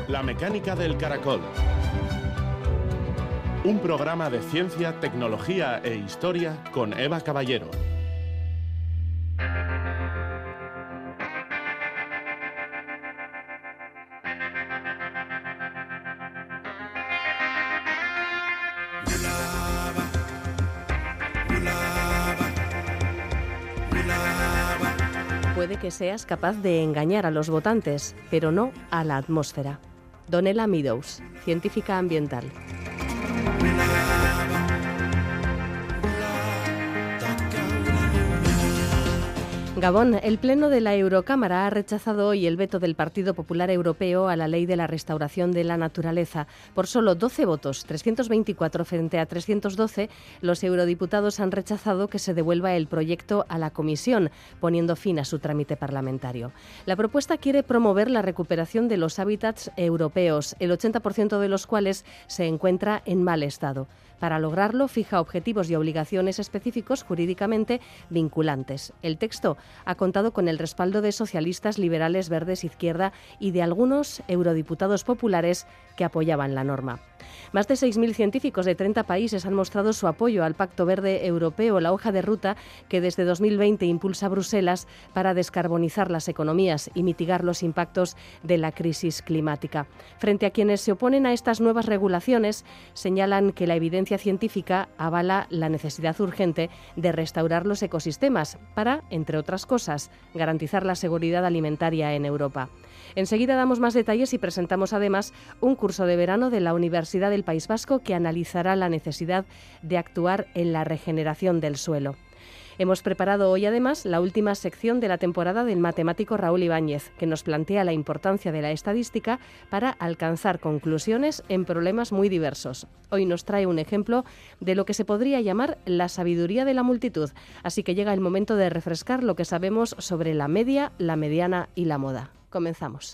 La mecánica del caracol. Un programa de ciencia, tecnología e historia con Eva Caballero. Puede que seas capaz de engañar a los votantes, pero no a la atmósfera. Donella Meadows, científica ambiental. Gabón, el Pleno de la Eurocámara ha rechazado hoy el veto del Partido Popular Europeo a la Ley de la Restauración de la Naturaleza. Por solo 12 votos, 324 frente a 312, los eurodiputados han rechazado que se devuelva el proyecto a la Comisión, poniendo fin a su trámite parlamentario. La propuesta quiere promover la recuperación de los hábitats europeos, el 80% de los cuales se encuentra en mal estado. Para lograrlo, fija objetivos y obligaciones específicos jurídicamente vinculantes. El texto ha contado con el respaldo de socialistas, liberales, verdes, izquierda y de algunos eurodiputados populares que apoyaban la norma. Más de 6.000 científicos de 30 países han mostrado su apoyo al Pacto Verde Europeo, la hoja de ruta que desde 2020 impulsa Bruselas para descarbonizar las economías y mitigar los impactos de la crisis climática. Frente a quienes se oponen a estas nuevas regulaciones, señalan que la evidencia científica avala la necesidad urgente de restaurar los ecosistemas para, entre otras cosas, garantizar la seguridad alimentaria en Europa. Enseguida damos más detalles y presentamos además un curso de verano de la Universidad del País Vasco que analizará la necesidad de actuar en la regeneración del suelo. Hemos preparado hoy además la última sección de la temporada del matemático Raúl Ibáñez, que nos plantea la importancia de la estadística para alcanzar conclusiones en problemas muy diversos. Hoy nos trae un ejemplo de lo que se podría llamar la sabiduría de la multitud, así que llega el momento de refrescar lo que sabemos sobre la media, la mediana y la moda. Comenzamos.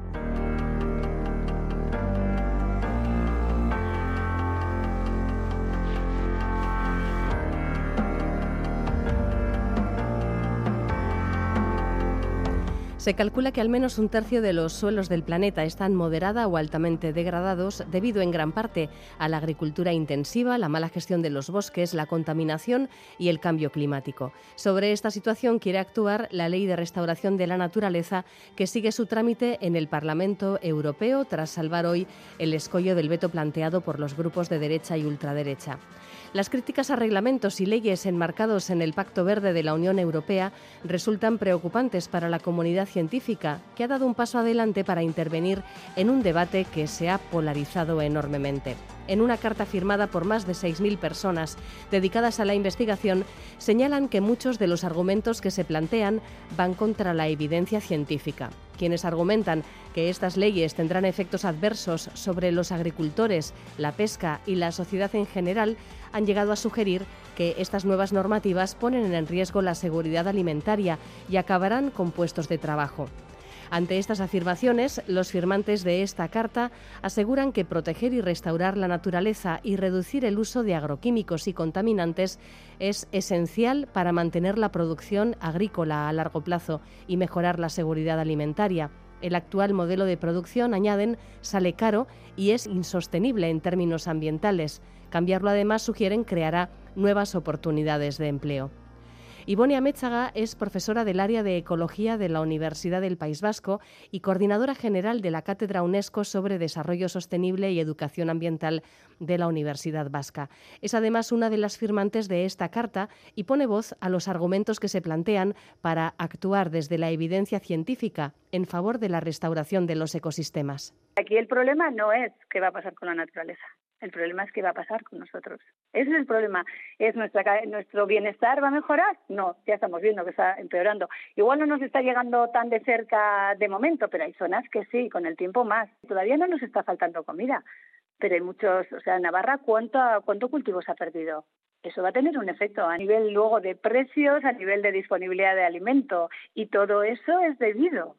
Se calcula que al menos un tercio de los suelos del planeta están moderada o altamente degradados debido en gran parte a la agricultura intensiva, la mala gestión de los bosques, la contaminación y el cambio climático. Sobre esta situación quiere actuar la Ley de Restauración de la Naturaleza, que sigue su trámite en el Parlamento Europeo tras salvar hoy el escollo del veto planteado por los grupos de derecha y ultraderecha. Las críticas a reglamentos y leyes enmarcados en el Pacto Verde de la Unión Europea resultan preocupantes para la comunidad científica, que ha dado un paso adelante para intervenir en un debate que se ha polarizado enormemente. En una carta firmada por más de 6.000 personas dedicadas a la investigación, señalan que muchos de los argumentos que se plantean van contra la evidencia científica. Quienes argumentan que estas leyes tendrán efectos adversos sobre los agricultores, la pesca y la sociedad en general, han llegado a sugerir que estas nuevas normativas ponen en riesgo la seguridad alimentaria y acabarán con puestos de trabajo. Ante estas afirmaciones, los firmantes de esta carta aseguran que proteger y restaurar la naturaleza y reducir el uso de agroquímicos y contaminantes es esencial para mantener la producción agrícola a largo plazo y mejorar la seguridad alimentaria. El actual modelo de producción, añaden, sale caro y es insostenible en términos ambientales. Cambiarlo, además, sugieren, creará nuevas oportunidades de empleo. Ibone Amézaga es profesora del área de Ecología de la Universidad del País Vasco y coordinadora general de la Cátedra UNESCO sobre Desarrollo Sostenible y Educación Ambiental de la Universidad Vasca. Es además una de las firmantes de esta carta y pone voz a los argumentos que se plantean para actuar desde la evidencia científica en favor de la restauración de los ecosistemas. Aquí el problema no es qué va a pasar con la naturaleza. El problema es qué va a pasar con nosotros. Ese es el problema. ¿Es nuestro bienestar va a mejorar? No, ya estamos viendo que está empeorando. Igual no nos está llegando tan de cerca de momento, pero hay zonas que sí, con el tiempo más. Todavía no nos está faltando comida, pero hay muchos, Navarra, ¿cuánto cultivo se ha perdido? Eso va a tener un efecto a nivel luego de precios, a nivel de disponibilidad de alimento, y todo eso es debido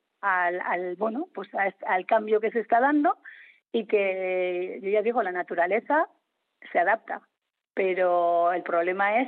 al cambio que se está dando. Y que, yo ya digo, la naturaleza se adapta, pero el problema es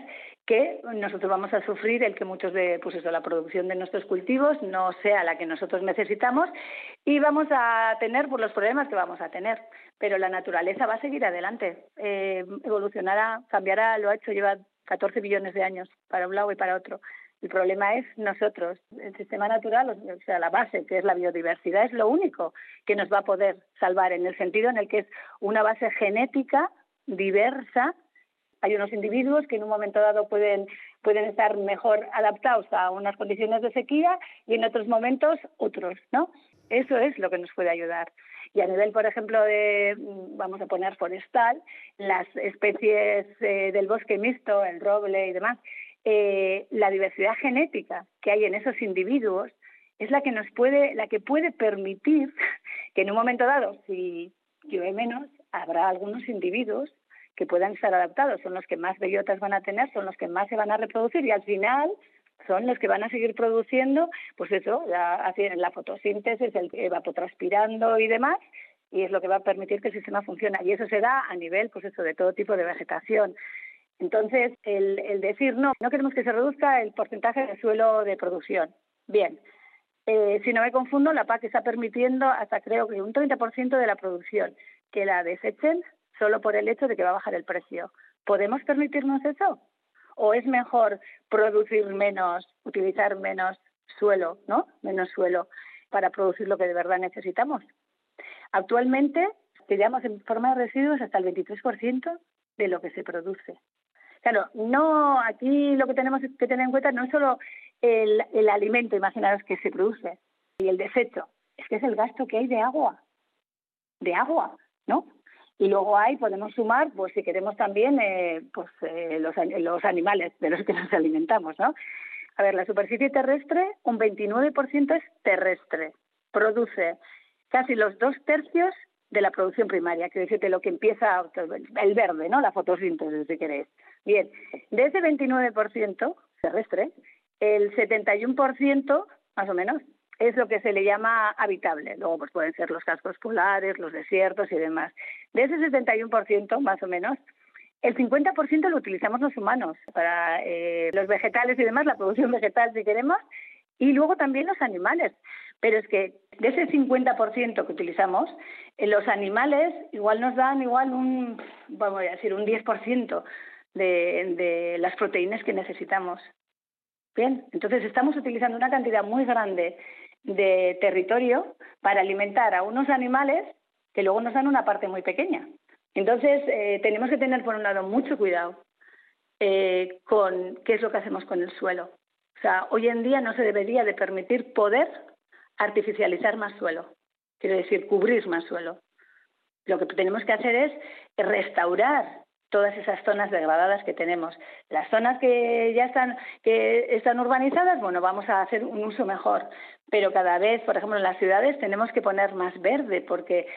que nosotros vamos a sufrir el que muchos de, pues eso, la producción de nuestros cultivos no sea la que nosotros necesitamos y vamos a tener pues, los problemas que vamos a tener. Pero la naturaleza va a seguir adelante, evolucionará, cambiará, lo ha hecho, lleva 14 billones de años para un lado y para otro. El problema es nosotros, el sistema natural, o sea, la base, que es la biodiversidad, es lo único que nos va a poder salvar, en el sentido en el que es una base genética diversa. Hay unos individuos que en un momento dado pueden estar mejor adaptados a unas condiciones de sequía y en otros momentos otros, ¿no? Eso es lo que nos puede ayudar. Y a nivel, por ejemplo, vamos a poner forestal, las especies del bosque mixto, el roble y demás, la diversidad genética que hay en esos individuos es la que puede permitir que en un momento dado, si llueve menos, habrá algunos individuos que puedan estar adaptados, son los que más bellotas van a tener, son los que más se van a reproducir y al final son los que van a seguir produciendo, pues eso, la fotosíntesis, el evapotranspirando y demás, y es lo que va a permitir que el sistema funcione. Y eso se da a nivel, pues eso, de todo tipo de vegetación. Entonces, el decir no queremos que se reduzca el porcentaje de suelo de producción. Bien, si no me confundo, la PAC está permitiendo hasta creo que un 30% de la producción que la desechen solo por el hecho de que va a bajar el precio. ¿Podemos permitirnos eso? ¿O es mejor producir menos, utilizar menos suelo, ¿no? Menos suelo para producir lo que de verdad necesitamos? Actualmente, tiramos en forma de residuos hasta el 23% de lo que se produce. Claro, no, aquí lo que tenemos que tener en cuenta no es solo el alimento, imaginaros, que se produce y el desecho, es que es el gasto que hay de agua, ¿no? Y luego podemos sumar, pues si queremos también, los animales de los que nos alimentamos, ¿no? A ver, la superficie terrestre, un 29% es terrestre. Produce casi los 2/3 de la producción primaria, quiero decir, de lo que empieza el verde, ¿no? La fotosíntesis, si queréis. Bien, de ese 29% terrestre, el 71%, más o menos, es lo que se le llama habitable. Luego pues pueden ser los cascos polares, los desiertos y demás. De ese 71%, más o menos, el 50% lo utilizamos los humanos para los vegetales y demás, la producción vegetal si queremos, y luego también los animales. Pero es que de ese 50% que utilizamos, los animales igual nos dan un 10% de las proteínas que necesitamos. Bien, entonces estamos utilizando una cantidad muy grande de territorio para alimentar a unos animales que luego nos dan una parte muy pequeña. Entonces tenemos que tener, por un lado, mucho cuidado con qué es lo que hacemos con el suelo. O sea, hoy en día no se debería de permitir poder artificializar más suelo, quiero decir, cubrir más suelo. Lo que tenemos que hacer es restaurar todas esas zonas degradadas que tenemos. Las zonas que ya están urbanizadas, bueno, vamos a hacer un uso mejor, pero cada vez, por ejemplo, en las ciudades tenemos que poner más verde porque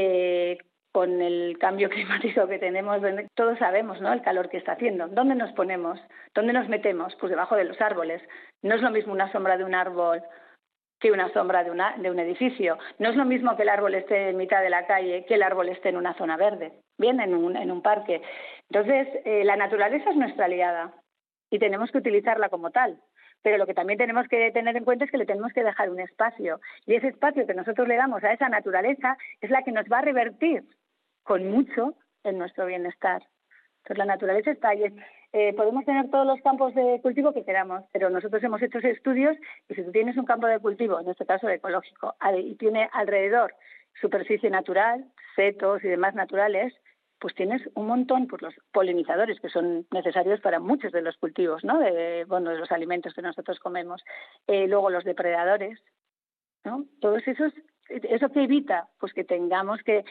con el cambio climático que tenemos, todos sabemos, ¿no?, el calor que está haciendo. ¿Dónde nos ponemos? ¿Dónde nos metemos? Pues debajo de los árboles. No es lo mismo una sombra de un árbol que una sombra de un edificio. No es lo mismo que el árbol esté en mitad de la calle que el árbol esté en una zona verde, bien, en un parque. Entonces, la naturaleza es nuestra aliada y tenemos que utilizarla como tal. Pero lo que también tenemos que tener en cuenta es que le tenemos que dejar un espacio. Y ese espacio que nosotros le damos a esa naturaleza es la que nos va a revertir con mucho en nuestro bienestar. Entonces, la naturaleza está ahí. Podemos tener todos los campos de cultivo que queramos, pero nosotros hemos hecho estudios y si tú tienes un campo de cultivo, en este caso ecológico, y tiene alrededor superficie natural, setos y demás naturales, pues tienes un montón, pues los polinizadores que son necesarios para muchos de los cultivos, ¿no? De los alimentos que nosotros comemos. Luego los depredadores, ¿no? Todos esos. ¿Eso qué evita? Pues que tengamos que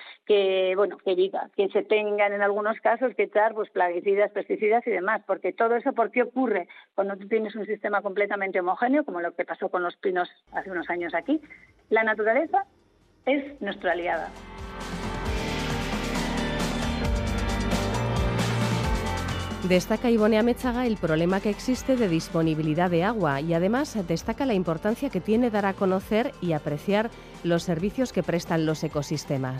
se tengan en algunos casos que echar pues plaguicidas, pesticidas y demás, porque todo eso, ¿por qué ocurre? Cuando tú tienes un sistema completamente homogéneo, como lo que pasó con los pinos hace unos años aquí, la naturaleza es nuestra aliada. Destaca Ibone Amechaga el problema que existe de disponibilidad de agua y además destaca la importancia que tiene dar a conocer y apreciar los servicios que prestan los ecosistemas.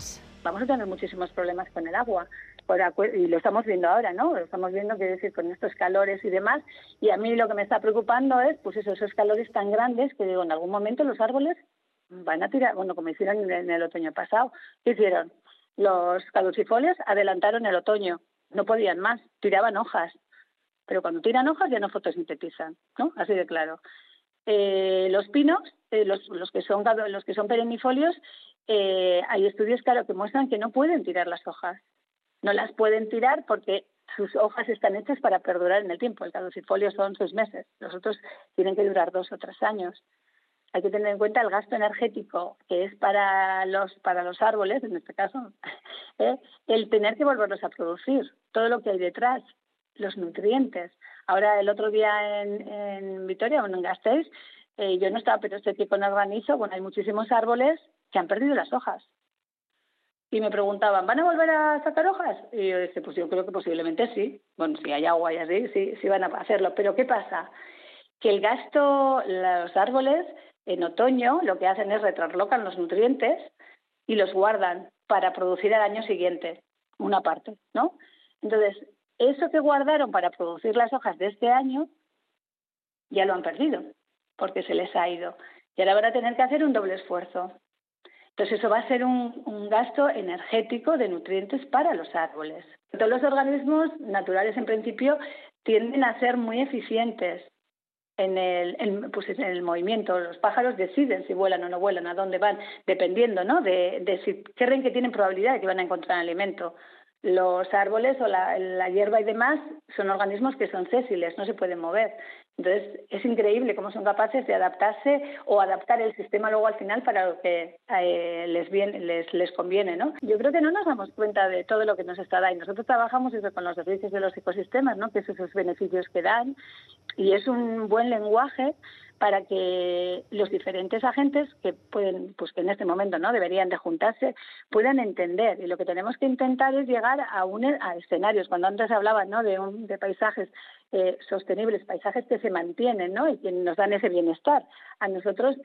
vamos a tener muchísimos problemas con el agua. Y lo estamos viendo ahora, ¿no? Lo estamos viendo, quiero decir, con estos calores y demás. Y a mí lo que me está preocupando es, pues eso, esos calores tan grandes que digo, en algún momento los árboles van a tirar, bueno, como hicieron en el otoño pasado. ¿Qué hicieron? Los caducifolios adelantaron el otoño. No podían más, tiraban hojas. Pero cuando tiran hojas ya no fotosintetizan, ¿no? Así de claro. Los pinos, los que son perennifolios, hay estudios, claro, que muestran que no pueden tirar las hojas. No las pueden tirar porque sus hojas están hechas para perdurar en el tiempo. El caducifolio son 6 meses, los otros tienen que durar 2 o 3 años. Hay que tener en cuenta el gasto energético que es para los árboles, en este caso, el tener que volverlos a producir, todo lo que hay detrás, los nutrientes. Ahora, el otro día en Vitoria, bueno, en Gasteiz, yo no estaba, pero sé que con el granizo, bueno, hay muchísimos árboles que han perdido las hojas. Y me preguntaban, ¿van a volver a sacar hojas? Y yo dije, pues yo creo que posiblemente sí. Bueno, si hay agua y así, sí van a hacerlo. Pero ¿qué pasa? Que el gasto, los árboles, en otoño, lo que hacen es retraslocan los nutrientes y los guardan para producir al año siguiente, una parte, ¿no? Entonces, eso que guardaron para producir las hojas de este año, ya lo han perdido, porque se les ha ido. Y ahora van a tener que hacer un doble esfuerzo. Entonces, eso va a ser un gasto energético de nutrientes para los árboles. Todos los organismos naturales, en principio, tienden a ser muy eficientes en el movimiento. Los pájaros deciden si vuelan o no vuelan, a dónde van, dependiendo, ¿no?, de si creen que tienen probabilidad de que van a encontrar alimento. Los árboles o la hierba y demás son organismos que son sésiles, no se pueden mover. Entonces, es increíble cómo son capaces de adaptarse o adaptar el sistema luego al final para lo que les conviene, ¿no? Yo creo que no nos damos cuenta de todo lo que nos está dando. Nosotros trabajamos eso con los servicios de los ecosistemas, ¿no?, que es esos beneficios que dan, y es un buen lenguaje para que los diferentes agentes que pueden, pues que en este momento no deberían de juntarse, puedan entender. Y lo que tenemos que intentar es llegar a escenarios. Cuando antes hablaba, ¿no?, de paisajes sostenibles, paisajes que se mantienen, ¿no?, y que nos dan ese bienestar. A nosotros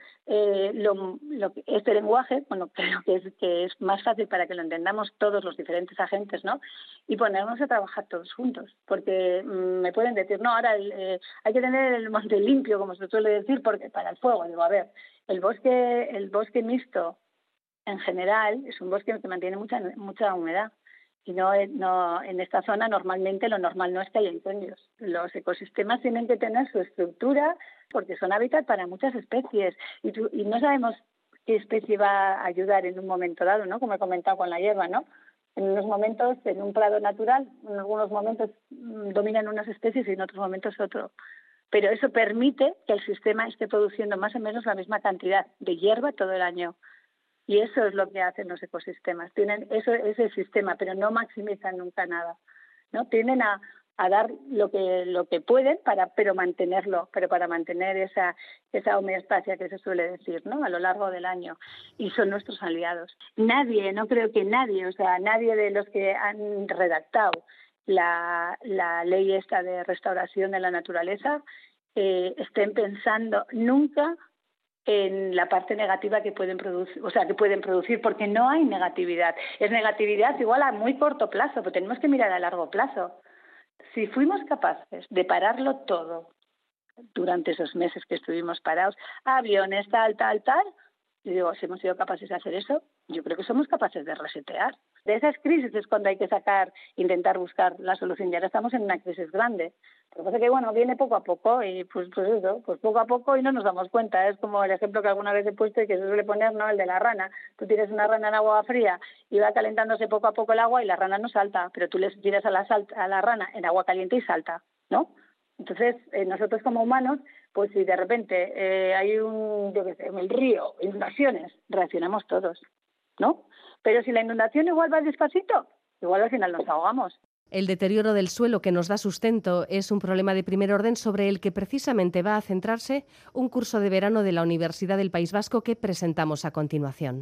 este lenguaje, bueno, creo que es más fácil para que lo entendamos todos los diferentes agentes, ¿no?, y ponernos a trabajar todos juntos, porque me pueden decir, no, ahora hay que tener el monte limpio, como se suele decir, porque para el fuego. Digo, a ver, el bosque mixto en general es un bosque que mantiene mucha humedad. Y no en esta zona normalmente lo normal no es que haya incendios. Los ecosistemas tienen que tener su estructura porque son hábitat para muchas especies y no sabemos qué especie va a ayudar en un momento dado, ¿no?, como he comentado con la hierba, ¿no? En unos momentos, en un prado natural, en algunos momentos dominan unas especies y en otros momentos otro. Pero eso permite que el sistema esté produciendo más o menos la misma cantidad de hierba todo el año. Y eso es lo que hacen los ecosistemas. Tienen ese sistema, pero no maximizan nunca nada, ¿no? Tienden a dar lo que pueden pero mantenerlo, pero para mantener esa homeostasia que se suele decir, ¿no?, a lo largo del año. Y son nuestros aliados. No creo que nadie, o sea, nadie de los que han redactado la ley esta de restauración de la naturaleza estén pensando nunca en la parte negativa que pueden producir, porque no hay negatividad. Es negatividad igual a muy corto plazo, pero tenemos que mirar a largo plazo. Si fuimos capaces de pararlo todo durante esos meses que estuvimos parados, aviones, tal, y digo, si hemos sido capaces de hacer eso, yo creo que somos capaces de resetear. De esas crisis es cuando hay que intentar buscar la solución. Y ahora estamos en una crisis grande. Lo que pasa es que, bueno, viene poco a poco y pues poco a poco y no nos damos cuenta. Es como el ejemplo que alguna vez he puesto y que se suele poner, ¿no?, el de la rana. Tú tienes una rana en agua fría y va calentándose poco a poco el agua y la rana no salta, pero tú le tiras a la rana en agua caliente y salta, ¿no? Entonces, nosotros como humanos, pues si de repente hay en el río, inundaciones, reaccionamos todos, ¿no? Pero si la inundación igual va despacito, igual al final nos ahogamos. El deterioro del suelo que nos da sustento es un problema de primer orden sobre el que precisamente va a centrarse un curso de verano de la Universidad del País Vasco que presentamos a continuación.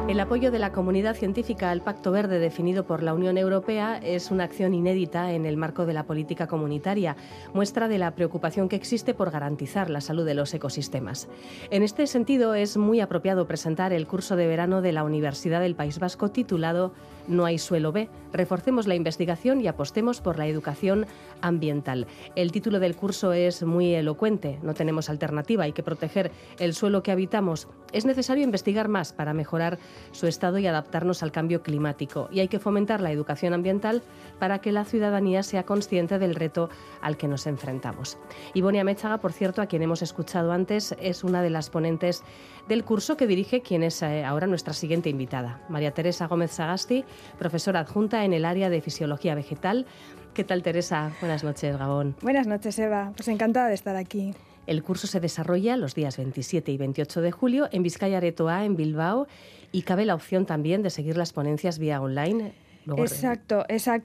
El apoyo de la comunidad científica al Pacto Verde definido por la Unión Europea es una acción inédita en el marco de la política comunitaria, muestra de la preocupación que existe por garantizar la salud de los ecosistemas. En este sentido, es muy apropiado presentar el curso de verano de la Universidad del País Vasco titulado No hay suelo B. Reforcemos la investigación y apostemos por la educación ambiental. El título del curso es muy elocuente. No tenemos alternativa, hay que proteger el suelo que habitamos. Es necesario investigar más para mejorar su estado y adaptarnos al cambio climático. Y hay que fomentar la educación ambiental para que la ciudadanía sea consciente del reto al que nos enfrentamos. Ibone Améchaga, por cierto, a quien hemos escuchado antes, es una de las ponentes del curso que dirige quien es ahora nuestra siguiente invitada, María Teresa Gómez Sagasti, profesora adjunta en el área de Fisiología Vegetal. ¿Qué tal, Teresa? Buenas noches, Gabón. Buenas noches, Eva. Pues encantada de estar aquí. El curso se desarrolla los días 27 y 28 de julio en Bizkaia Aretoa, en Bilbao, y cabe la opción también de seguir las ponencias vía online. Luego... Exacto.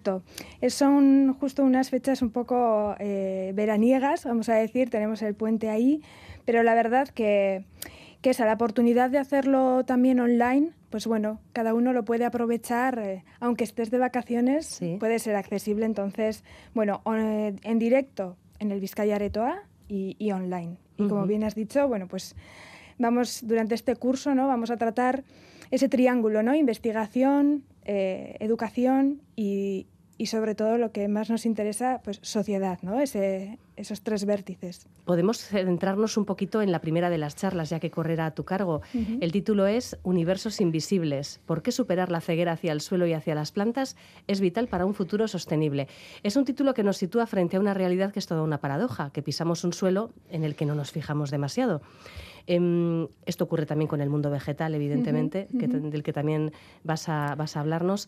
Son justo unas fechas un poco veraniegas, vamos a decir, tenemos el puente ahí, pero la verdad que esa, la oportunidad de hacerlo también online, pues bueno, cada uno lo puede aprovechar, aunque estés de vacaciones, sí. Puede ser accesible. Entonces, bueno, en directo en el Bizkaia Aretoa y online. Y como bien has dicho, bueno, pues durante este curso, ¿no? Vamos a tratar ese triángulo, ¿no? Investigación, educación y sobre todo lo que más nos interesa, pues sociedad, ¿no? Esos tres vértices. Podemos centrarnos un poquito en la primera de las charlas, ya que correrá a tu cargo. El título es Universos invisibles. ¿Por qué superar la ceguera hacia el suelo y hacia las plantas es vital para un futuro sostenible? Es un título que nos sitúa frente a una realidad que es toda una paradoja, que pisamos un suelo en el que no nos fijamos demasiado. Esto ocurre también con el mundo vegetal, evidentemente, del que también vas a hablarnos.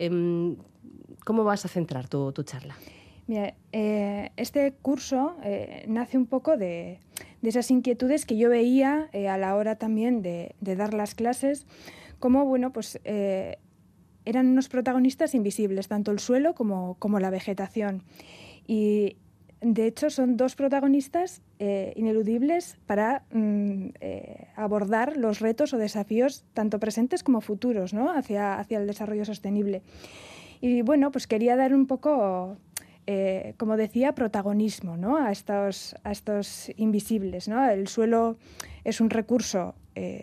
¿Cómo vas a centrar tu charla? Mira, este curso nace un poco de esas inquietudes que yo veía a la hora también de dar las clases, como bueno, pues eran unos protagonistas invisibles, tanto el suelo como la vegetación. Y de hecho son dos protagonistas ineludibles para abordar los retos o desafíos tanto presentes como futuros, ¿no? hacia el desarrollo sostenible. Y bueno, pues quería dar un poco, como decía, protagonismo, ¿no? a estos invisibles, ¿no? El suelo es un recurso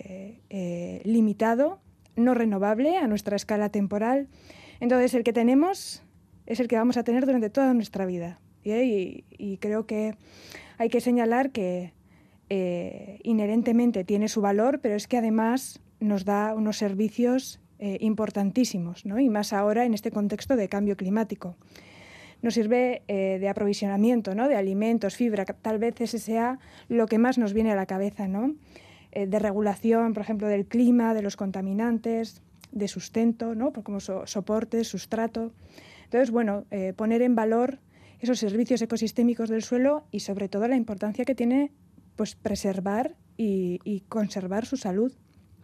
limitado, no renovable a nuestra escala temporal. Entonces, el que tenemos es el que vamos a tener durante toda nuestra vida. Y creo que hay que señalar que inherentemente tiene su valor, pero es que además nos da unos servicios importantísimos, ¿no? Y más ahora en este contexto de cambio climático. Nos sirve de aprovisionamiento, ¿no? De alimentos, fibra, tal vez ese sea lo que más nos viene a la cabeza, ¿no? De regulación, por ejemplo, del clima, de los contaminantes, de sustento, ¿no? Como soporte, sustrato. Entonces, bueno, poner en valor esos servicios ecosistémicos del suelo y sobre todo la importancia que tiene, pues, preservar y conservar su salud.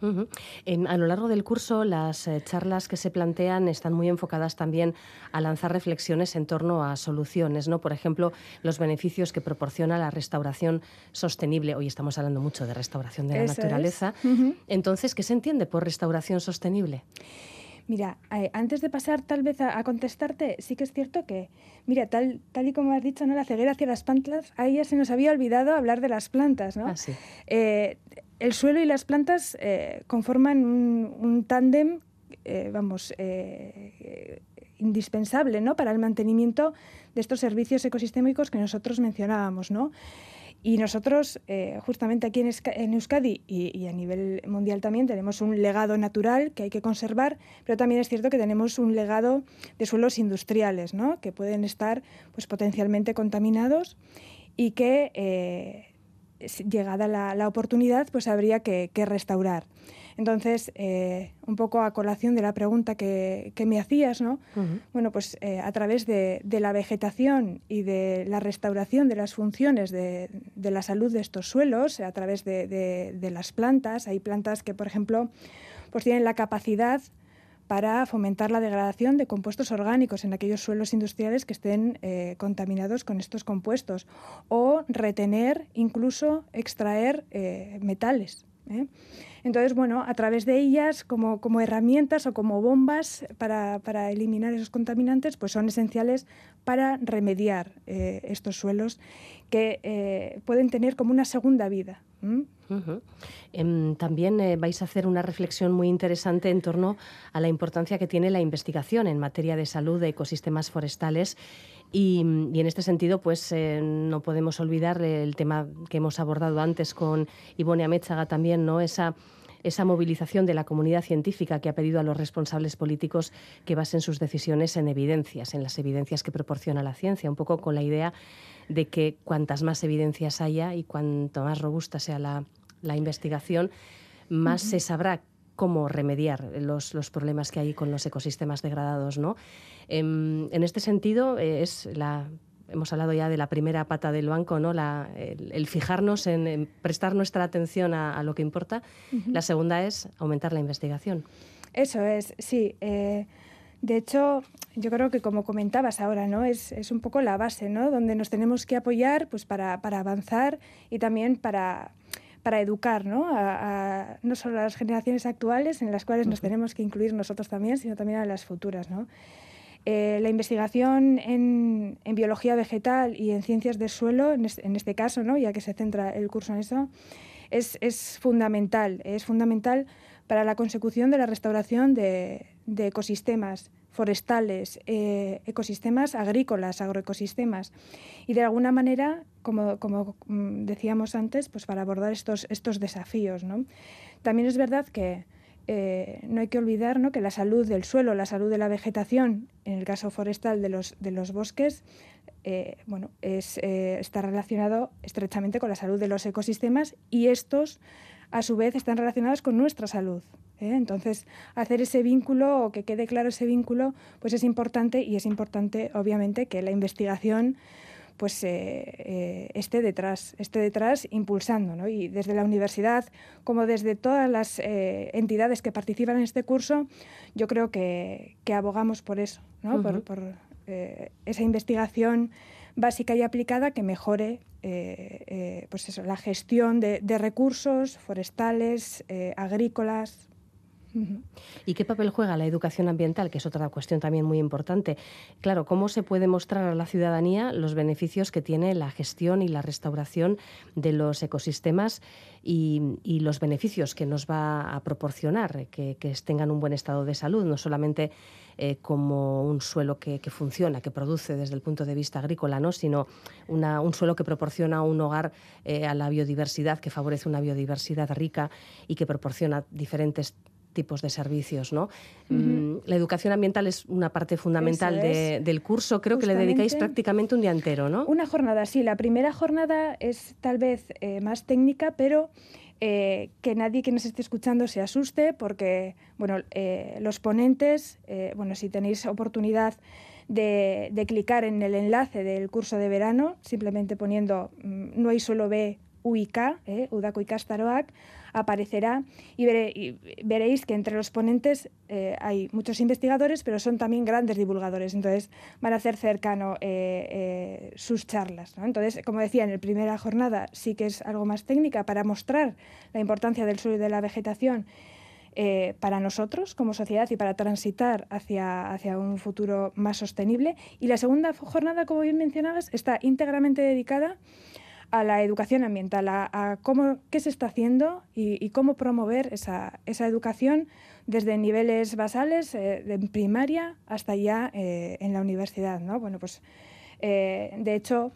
A lo largo del curso, las charlas que se plantean están muy enfocadas también a lanzar reflexiones en torno a soluciones, ¿no? Por ejemplo, los beneficios que proporciona la restauración sostenible. Hoy estamos hablando mucho de restauración de la naturaleza. Entonces, ¿qué se entiende por restauración sostenible? Mira, antes de pasar tal vez a contestarte, sí que es cierto que, mira, tal y como has dicho, ¿no? La ceguera hacia las plantas, ahí ya se nos había olvidado hablar de las plantas, ¿no? Ah, sí. El suelo y las plantas conforman un tándem, indispensable, ¿no? Para el mantenimiento de estos servicios ecosistémicos que nosotros mencionábamos, ¿no? Y nosotros, justamente aquí en Euskadi y a nivel mundial también, tenemos un legado natural que hay que conservar, pero también es cierto que tenemos un legado de suelos industriales, ¿no? Que pueden estar, pues, potencialmente contaminados y que, llegada la oportunidad, pues habría que restaurar. Entonces, un poco a colación de la pregunta que me hacías, ¿no? Bueno, pues a través de la vegetación y de la restauración de las funciones de la salud de estos suelos, a través de las plantas, hay plantas que, por ejemplo, pues tienen la capacidad para fomentar la degradación de compuestos orgánicos en aquellos suelos industriales que estén contaminados con estos compuestos, o retener, incluso extraer metales Entonces, bueno, a través de ellas, como herramientas o como bombas para eliminar esos contaminantes, pues son esenciales para remediar estos suelos que pueden tener como una segunda vida. También vais a hacer una reflexión muy interesante en torno a la importancia que tiene la investigación en materia de salud de ecosistemas forestales. Y en este sentido, pues no podemos olvidar el tema que hemos abordado antes con Ibone Amézaga también, ¿no? Esa movilización de la comunidad científica que ha pedido a los responsables políticos que basen sus decisiones en evidencias, en las evidencias que proporciona la ciencia, un poco con la idea de que cuantas más evidencias haya y cuanto más robusta sea la investigación, más se sabrá cómo remediar los problemas que hay con los ecosistemas degradados, ¿no? En este sentido, hemos hablado ya de la primera pata del banco, ¿no? El fijarnos en prestar nuestra atención a lo que importa. La segunda es aumentar la investigación. Eso es, sí. De hecho, yo creo que como comentabas ahora, ¿no? Es un poco la base, ¿no? Donde nos tenemos que apoyar pues, para avanzar y también para educar, ¿no? No solo a las generaciones actuales, en las cuales nos tenemos que incluir nosotros también, sino también a las futuras, ¿no? La investigación en biología vegetal y en ciencias del suelo, en este caso, ¿no? Ya que se centra el curso en eso, es fundamental. Es fundamental para la consecución de la restauración de ecosistemas forestales, ecosistemas agrícolas, agroecosistemas. Y de alguna manera, como decíamos antes, pues para abordar estos desafíos, ¿no? También es verdad que no hay que olvidar, ¿no?, que la salud del suelo, la salud de la vegetación, en el caso forestal de los bosques, está relacionado estrechamente con la salud de los ecosistemas y estos, a su vez, están relacionados con nuestra salud. Entonces, hacer ese vínculo o que quede claro ese vínculo, pues es importante y es importante, obviamente, que la investigación pues esté detrás impulsando, ¿no? Y desde la universidad, como desde todas las entidades que participan en este curso, yo creo que abogamos por eso, ¿no? Por esa investigación básica y aplicada que mejore pues eso, la gestión de recursos forestales, agrícolas. ¿Y qué papel juega la educación ambiental? Que es otra cuestión también muy importante. Claro, ¿cómo se puede mostrar a la ciudadanía los beneficios que tiene la gestión y la restauración de los ecosistemas y los beneficios que nos va a proporcionar que tengan un buen estado de salud, no solamente como un suelo que funciona, que produce desde el punto de vista agrícola, ¿no?, sino un suelo que proporciona un hogar a la biodiversidad, que favorece una biodiversidad rica y que proporciona diferentes tipos de servicios, ¿no? La educación ambiental es una parte fundamental del curso. Creo que le dedicáis prácticamente un día entero, ¿no? Una jornada, sí. La primera jornada es tal vez más técnica, pero que nadie que nos esté escuchando se asuste porque, bueno, los ponentes, si tenéis oportunidad de clicar en el enlace del curso de verano, simplemente poniendo No hay suelo B UIK, Udako Ikastaroak, aparecerá y veréis que entre los ponentes hay muchos investigadores, pero son también grandes divulgadores, entonces van a hacer cercano sus charlas, ¿no? Entonces, como decía, en la primera jornada sí que es algo más técnica para mostrar la importancia del suelo y de la vegetación para nosotros como sociedad y para transitar hacia un futuro más sostenible. Y la segunda jornada, como bien mencionabas, está íntegramente dedicada a la educación ambiental, a qué se está haciendo y cómo promover esa educación desde niveles basales, de primaria hasta ya en la universidad, ¿no? Bueno, pues de hecho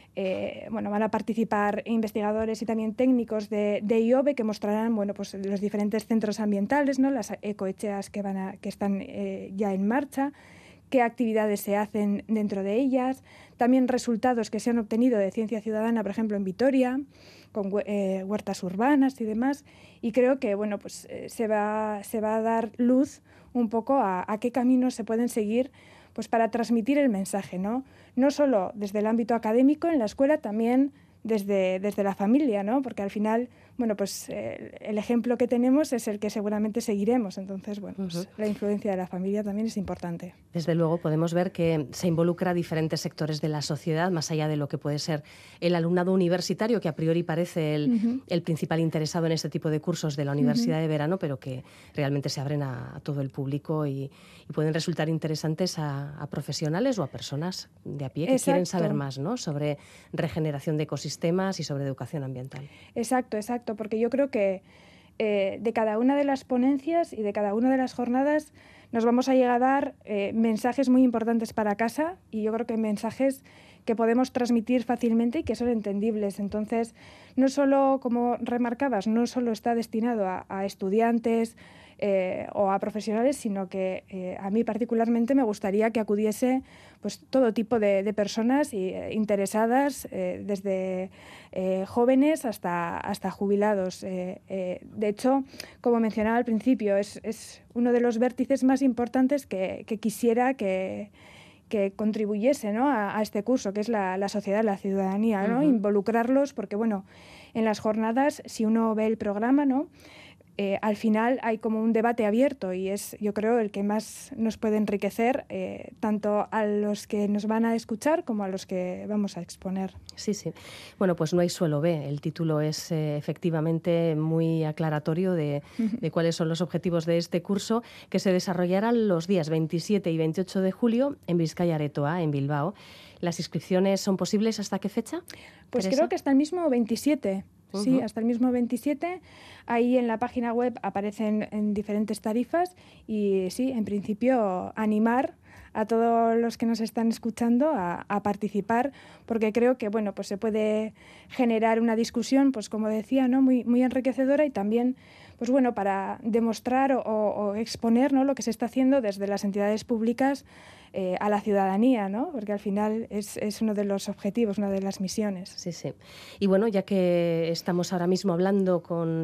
van a participar investigadores y también técnicos de IOBE que mostrarán pues los diferentes centros ambientales, ¿no?, las ecoecheas que están ya en marcha, qué actividades se hacen dentro de ellas, también resultados que se han obtenido de ciencia ciudadana, por ejemplo, en Vitoria, con huertas urbanas y demás, y creo que se va a dar luz un poco a qué caminos se pueden seguir pues para transmitir el mensaje, ¿no? No solo desde el ámbito académico en la escuela, también desde la familia, ¿no? Porque al final, bueno, pues el ejemplo que tenemos es el que seguramente seguiremos. Entonces, bueno, pues la influencia de la familia también es importante. Desde luego podemos ver que se involucra a diferentes sectores de la sociedad, más allá de lo que puede ser el alumnado universitario, que a priori parece el principal interesado en este tipo de cursos de la universidad de verano, pero que realmente se abren a todo el público y pueden resultar interesantes a profesionales o a personas de a pie que quieren saber más, ¿no?, sobre regeneración de ecosistemas y sobre educación ambiental. Exacto, porque yo creo que de cada una de las ponencias y de cada una de las jornadas nos vamos a llegar a dar mensajes muy importantes para casa, y yo creo que mensajes que podemos transmitir fácilmente y que son entendibles. Entonces, no solo, como remarcabas, no solo está destinado a estudiantes o a profesionales, sino que a mí particularmente me gustaría que acudiese pues todo tipo de personas interesadas, desde jóvenes hasta jubilados. De hecho, como mencionaba al principio, es uno de los vértices más importantes que quisiera que contribuyese, ¿no?, a este curso, que es la sociedad, la ciudadanía, ¿no? Involucrarlos, porque bueno, en las jornadas, si uno ve el programa, ¿no?, al final hay como un debate abierto, y es, yo creo, el que más nos puede enriquecer, tanto a los que nos van a escuchar como a los que vamos a exponer. Sí. Bueno, pues no hay suelo B. El título es efectivamente muy aclaratorio de cuáles son los objetivos de este curso, que se desarrollará los días 27 y 28 de julio en Bizkaia Aretoa, en Bilbao. ¿Las inscripciones son posibles hasta qué fecha, Pues Teresa? Creo que hasta el mismo 27. Sí, hasta el mismo 27. Ahí en la página web aparecen en diferentes tarifas, y sí, en principio animar a todos los que nos están escuchando a participar, porque creo que bueno, pues se puede generar una discusión, pues como decía, ¿no?, muy enriquecedora, y también pues bueno, para demostrar o exponer, ¿no?, lo que se está haciendo desde las entidades públicas a la ciudadanía, ¿no?, porque al final es uno de los objetivos, una de las misiones. Sí. Y bueno, ya que estamos ahora mismo hablando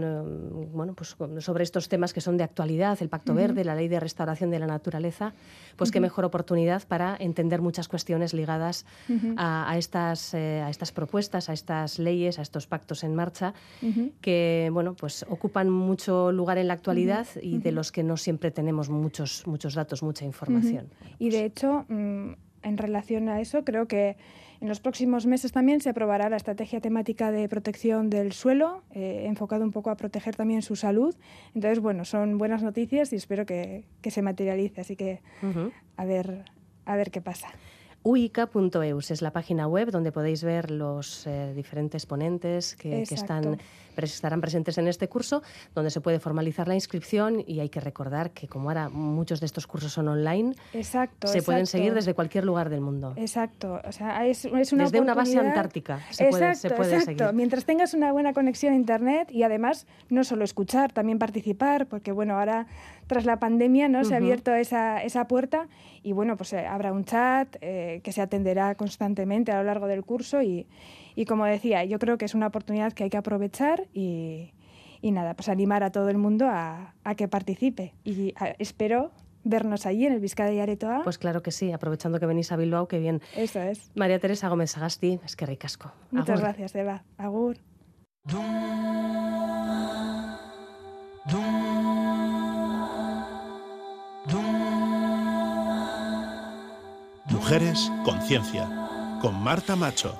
sobre estos temas que son de actualidad, el Pacto Verde, la Ley de Restauración de la Naturaleza, pues qué mejor oportunidad para entender muchas cuestiones ligadas a estas propuestas, a estas leyes, a estos pactos en marcha, que bueno, pues ocupan mucho lugar en la actualidad y de los que no siempre tenemos muchos datos, mucha información. Y de hecho, en relación a eso, creo que en los próximos meses también se aprobará la estrategia temática de protección del suelo, enfocado un poco a proteger también su salud. Entonces, bueno, son buenas noticias y espero que se materialice. Así que a ver qué pasa. uica.eus es la página web donde podéis ver los diferentes ponentes que estarán presentes en este curso, donde se puede formalizar la inscripción, y hay que recordar que como ahora muchos de estos cursos son online, se pueden seguir desde cualquier lugar del mundo. Exacto, o sea, es una desde una base antártica se puede seguir. Mientras tengas una buena conexión a internet, y además no solo escuchar, también participar, porque bueno, ahora tras la pandemia, ¿no?, se ha abierto esa puerta, y bueno, pues habrá un chat que se atenderá constantemente a lo largo del curso, y como decía, yo creo que es una oportunidad que hay que aprovechar, y nada, pues animar a todo el mundo a que participe, y espero vernos allí en el Bizkaia Aretoa. Pues claro que sí, aprovechando que venís a Bilbao, qué bien. Eso es. María Teresa Gómez Sagasti, eskerrik asko. Muchas gracias, Eva. Agur. Mujeres Conciencia, con Marta Macho.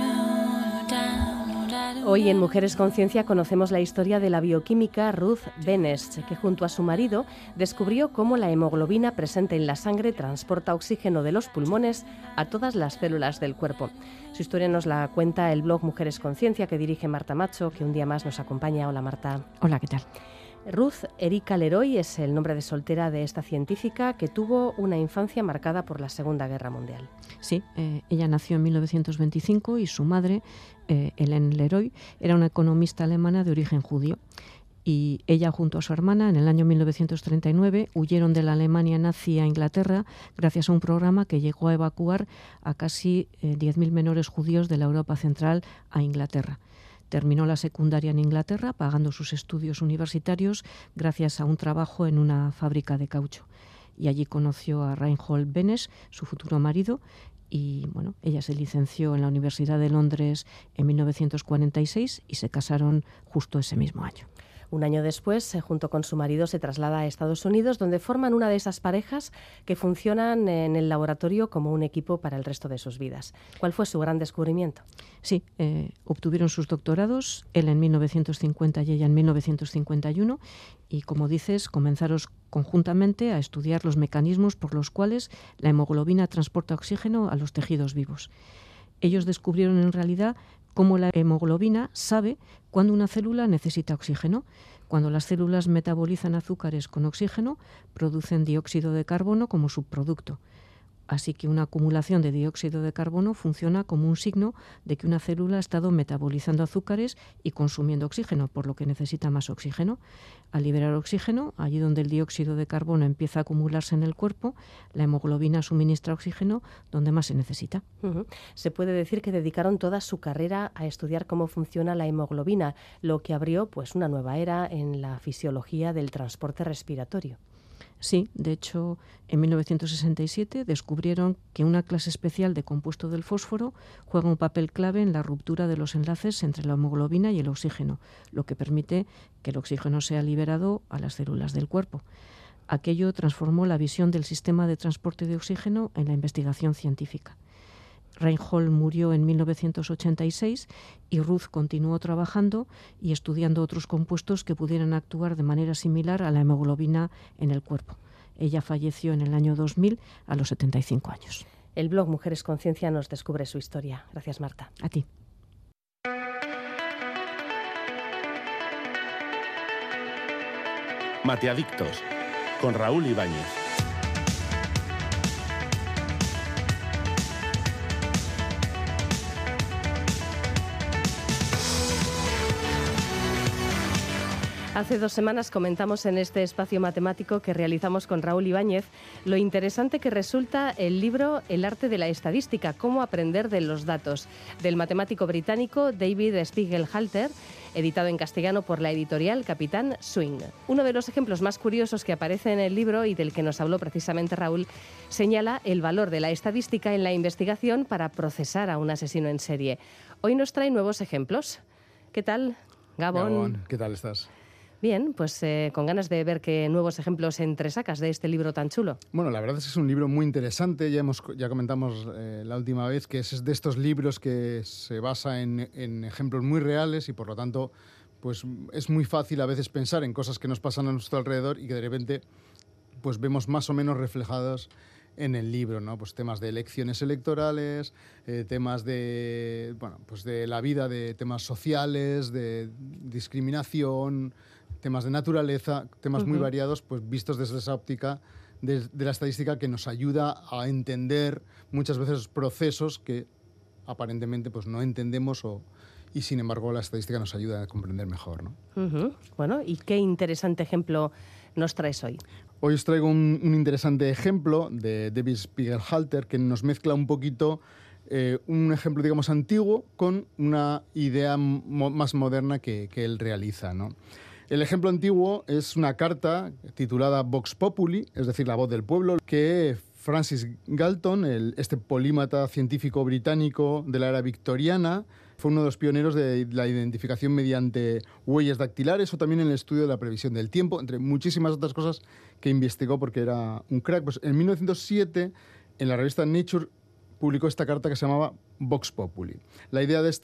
Hoy en Mujeres Conciencia conocemos la historia de la bioquímica Ruth Benes, que junto a su marido descubrió cómo la hemoglobina presente en la sangre transporta oxígeno de los pulmones a todas las células del cuerpo. Su historia nos la cuenta el blog Mujeres Conciencia, que dirige Marta Macho, que un día más nos acompaña. Hola, Marta. Hola, ¿qué tal? Ruth Erika Leroy es el nombre de soltera de esta científica que tuvo una infancia marcada por la Segunda Guerra Mundial. Sí, ella nació en 1925 y su madre, Hélène Leroy, era una economista alemana de origen judío. Y ella, junto a su hermana, en el año 1939, huyeron de la Alemania nazi a Inglaterra gracias a un programa que llegó a evacuar a casi 10.000 menores judíos de la Europa central a Inglaterra. Terminó la secundaria en Inglaterra, pagando sus estudios universitarios gracias a un trabajo en una fábrica de caucho. Y allí conoció a Reinhold Benes, su futuro marido, y bueno, ella se licenció en la Universidad de Londres en 1946 y se casaron justo ese mismo año. Un año después, junto con su marido, se traslada a Estados Unidos, donde forman una de esas parejas que funcionan en el laboratorio como un equipo para el resto de sus vidas. ¿Cuál fue su gran descubrimiento? Sí, obtuvieron sus doctorados, él en 1950 y ella en 1951, y como dices, comenzaron conjuntamente a estudiar los mecanismos por los cuales la hemoglobina transporta oxígeno a los tejidos vivos. Ellos descubrieron en realidad cómo la hemoglobina sabe cuándo una célula necesita oxígeno. Cuando las células metabolizan azúcares con oxígeno, producen dióxido de carbono como subproducto. Así que una acumulación de dióxido de carbono funciona como un signo de que una célula ha estado metabolizando azúcares y consumiendo oxígeno, por lo que necesita más oxígeno. Al liberar oxígeno, allí donde el dióxido de carbono empieza a acumularse en el cuerpo, la hemoglobina suministra oxígeno donde más se necesita. Se puede decir que dedicaron toda su carrera a estudiar cómo funciona la hemoglobina, lo que abrió pues una nueva era en la fisiología del transporte respiratorio. Sí, de hecho, en 1967 descubrieron que una clase especial de compuesto del fósforo juega un papel clave en la ruptura de los enlaces entre la hemoglobina y el oxígeno, lo que permite que el oxígeno sea liberado a las células del cuerpo. Aquello transformó la visión del sistema de transporte de oxígeno en la investigación científica. Reinhold murió en 1986 y Ruth continuó trabajando y estudiando otros compuestos que pudieran actuar de manera similar a la hemoglobina en el cuerpo. Ella falleció en el año 2000 a los 75 años. El blog Mujeres con Ciencia nos descubre su historia. Gracias, Marta. A ti. Mateadictos, con Raúl Ibáñez. Hace 2 semanas comentamos en este espacio matemático que realizamos con Raúl Ibáñez lo interesante que resulta el libro El arte de la estadística, cómo aprender de los datos, del matemático británico David Spiegelhalter, editado en castellano por la editorial Capitán Swing. Uno de los ejemplos más curiosos que aparece en el libro y del que nos habló precisamente Raúl, señala el valor de la estadística en la investigación para procesar a un asesino en serie. Hoy nos trae nuevos ejemplos. ¿Qué tal, Gabón? Gabón, ¿qué tal estás? Bien, pues con ganas de ver qué nuevos ejemplos entresacas de este libro tan chulo. Bueno, la verdad es que es un libro muy interesante. Ya comentamos la última vez que es de estos libros que se basa en ejemplos muy reales y por lo tanto pues es muy fácil a veces pensar en cosas que nos pasan a nuestro alrededor y que de repente pues vemos más o menos reflejadas en el libro, ¿no? Pues temas de elecciones electorales, temas de, bueno, pues de la vida, de temas sociales, de discriminación, temas de naturaleza, temas muy variados, pues vistos desde esa óptica de la estadística que nos ayuda a entender muchas veces procesos que aparentemente pues no entendemos y sin embargo la estadística nos ayuda a comprender mejor, ¿no? Bueno, ¿y qué interesante ejemplo nos traes hoy? Hoy os traigo un interesante ejemplo de David Spiegelhalter que nos mezcla un poquito un ejemplo, digamos, antiguo con una idea más moderna que él realiza, ¿no? El ejemplo antiguo es una carta titulada Vox Populi, es decir, la voz del pueblo, que Francis Galton, este polímata científico británico de la era victoriana, fue uno de los pioneros de la identificación mediante huellas dactilares o también en el estudio de la previsión del tiempo, entre muchísimas otras cosas que investigó porque era un crack. Pues en 1907, en la revista Nature, publicó esta carta que se llamaba Vox Populi. La idea de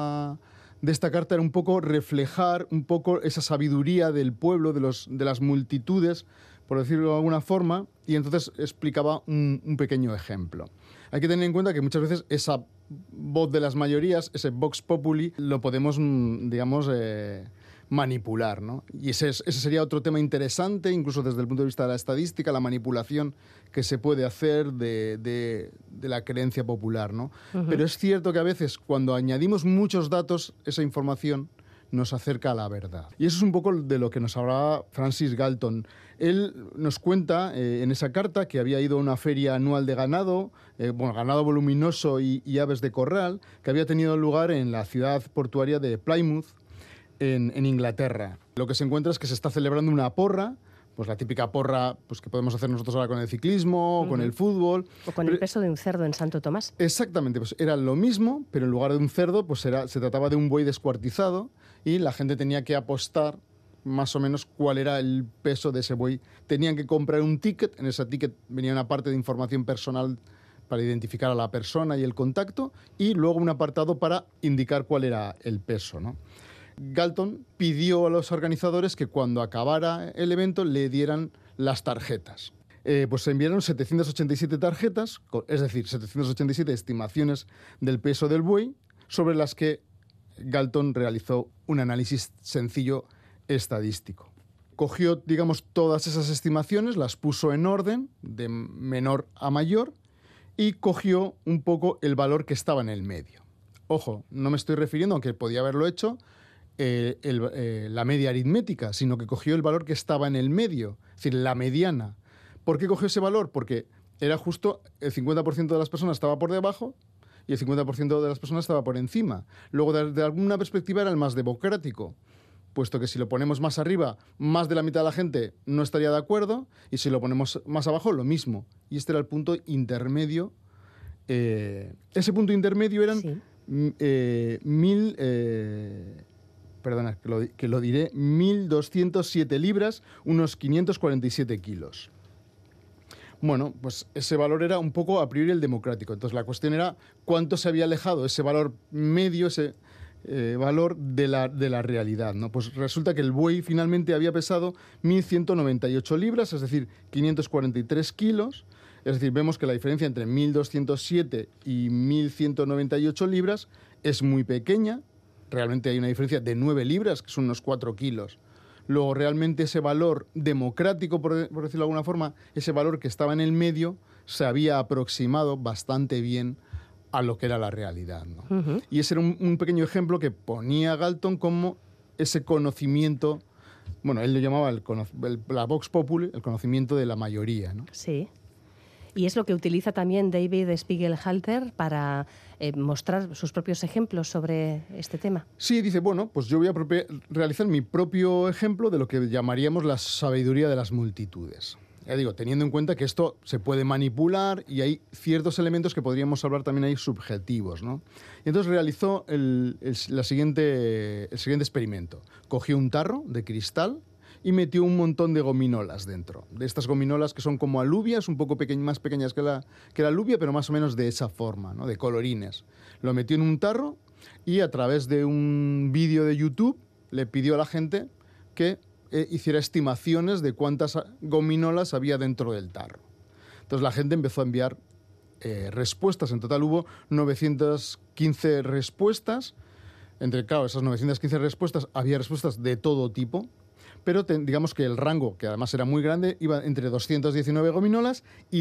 esta carta era un poco reflejar un poco esa sabiduría del pueblo, de las multitudes, por decirlo de alguna forma, y entonces explicaba un pequeño ejemplo. Hay que tener en cuenta que muchas veces esa voz de las mayorías, ese Vox Populi, lo podemos, digamos, manipular, ¿no? Y ese sería otro tema interesante, incluso desde el punto de vista de la estadística, la manipulación que se puede hacer de la creencia popular, ¿no? Pero es cierto que a veces cuando añadimos muchos datos, esa información nos acerca a la verdad. Y eso es un poco de lo que nos hablaba Francis Galton. Él nos cuenta en esa carta que había ido a una feria anual de ganado, ganado voluminoso y aves de corral, que había tenido lugar en la ciudad portuaria de Plymouth, en Inglaterra. Lo que se encuentra es que se está celebrando una porra pues la típica porra pues que podemos hacer nosotros ahora con el ciclismo, o con el fútbol. O con el peso de un cerdo en Santo Tomás. Exactamente, pues era lo mismo, pero en lugar de un cerdo, pues se trataba de un buey descuartizado y la gente tenía que apostar más o menos cuál era el peso de ese buey. Tenían que comprar un ticket, en ese ticket venía una parte de información personal para identificar a la persona y el contacto, y luego un apartado para indicar cuál era el peso, ¿no? Galton pidió a los organizadores que cuando acabara el evento le dieran las tarjetas. Pues se enviaron 787 tarjetas, es decir, 787 estimaciones del peso del buey, sobre las que Galton realizó un análisis sencillo estadístico. Cogió, digamos, todas esas estimaciones, las puso en orden, de menor a mayor, y cogió un poco el valor que estaba en el medio. Ojo, no me estoy refiriendo, aunque podía haberlo hecho, la media aritmética, sino que cogió el valor que estaba en el medio, es decir, la mediana. ¿Por qué cogió ese valor? Porque era justo el 50% de las personas estaba por debajo y el 50% de las personas estaba por encima. Luego, de alguna perspectiva, era el más democrático, puesto que si lo ponemos más arriba, más de la mitad de la gente no estaría de acuerdo, y si lo ponemos más abajo, lo mismo. Y este era el punto intermedio. Ese punto intermedio eran Sí. que lo diré, 1.207 libras, unos 547 kilos. Bueno, pues ese valor era un poco a priori el democrático. Entonces la cuestión era cuánto se había alejado ese valor medio, ese valor de la realidad, ¿no? Pues resulta que el buey finalmente había pesado 1.198 libras, es decir, 543 kilos. Es decir, vemos que la diferencia entre 1.207 y 1.198 libras es muy pequeña. Realmente hay una diferencia de 9 libras, que son unos 4 kilos. Luego, realmente ese valor democrático, por decirlo de alguna forma, ese valor que estaba en el medio, se había aproximado bastante bien a lo que era la realidad, ¿no? Uh-huh. Y ese era un pequeño ejemplo que ponía Galton como ese conocimiento, bueno, él lo llamaba la Vox Populi, el conocimiento de la mayoría, ¿no? Sí. Y es lo que utiliza también David Spiegelhalter para mostrar sus propios ejemplos sobre este tema. Sí, dice, bueno, pues yo voy a realizar mi propio ejemplo de lo que llamaríamos la sabiduría de las multitudes. Ya digo, teniendo en cuenta que esto se puede manipular y hay ciertos elementos que podríamos hablar también ahí subjetivos, ¿no? Y entonces realizó el siguiente experimento. Cogió un tarro de cristal y metió un montón de gominolas dentro. De estas gominolas que son como alubias, un poco más pequeñas que la alubia, pero más o menos de esa forma, ¿no? De colorines. Lo metió en un tarro y a través de un vídeo de YouTube le pidió a la gente que hiciera estimaciones de cuántas gominolas había dentro del tarro. Entonces la gente empezó a enviar respuestas. En total hubo 915 respuestas. Claro, esas 915 respuestas, había respuestas de todo tipo, pero digamos que el rango, que además era muy grande, iba entre 219 gominolas y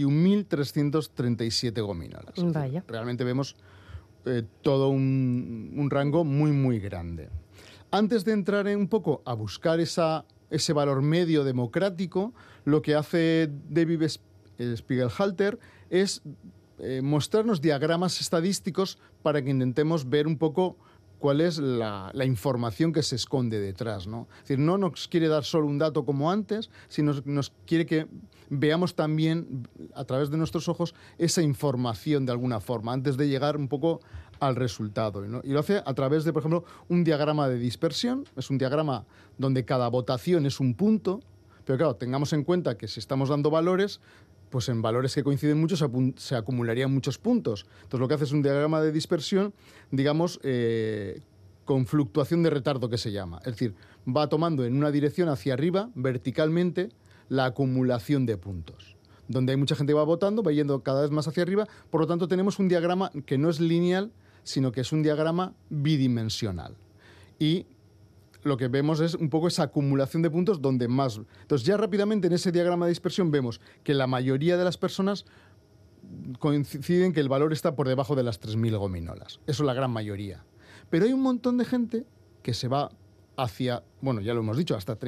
31.337 gominolas. Vaya. Realmente vemos todo un rango muy, muy grande. Antes de entrar un poco a buscar ese valor medio democrático, lo que hace David Spiegelhalter es mostrarnos diagramas estadísticos para que intentemos ver un poco cuál es la información que se esconde detrás, ¿no? Es decir, no nos quiere dar solo un dato como antes, sino nos quiere que veamos también a través de nuestros ojos esa información de alguna forma, antes de llegar un poco al resultado, ¿no? Y lo hace a través de, por ejemplo, un diagrama de dispersión. Es un diagrama donde cada votación es un punto, pero claro, tengamos en cuenta que si estamos dando valores, pues en valores que coinciden mucho se acumularían muchos puntos. Entonces lo que hace es un diagrama de dispersión, digamos, con fluctuación de retardo, que se llama. Es decir, va tomando en una dirección hacia arriba, verticalmente, la acumulación de puntos. Donde hay mucha gente que va votando, va yendo cada vez más hacia arriba. Por lo tanto, tenemos un diagrama que no es lineal, sino que es un diagrama bidimensional. Y lo que vemos es un poco esa acumulación de puntos donde más. Entonces, ya rápidamente en ese diagrama de dispersión vemos que la mayoría de las personas coinciden que el valor está por debajo de las 3.000 gominolas. Eso es la gran mayoría. Pero hay un montón de gente que se va hacia, bueno, ya lo hemos dicho, hasta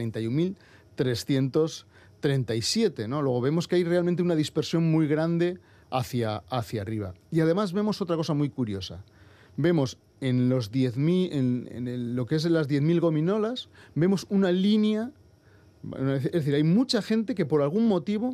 31.337, ¿no? Luego vemos que hay realmente una dispersión muy grande hacia arriba. Y además vemos otra cosa muy curiosa. Vemos en los 10.000, lo que es en las 10.000 gominolas, vemos una línea Es decir, hay mucha gente que por algún motivo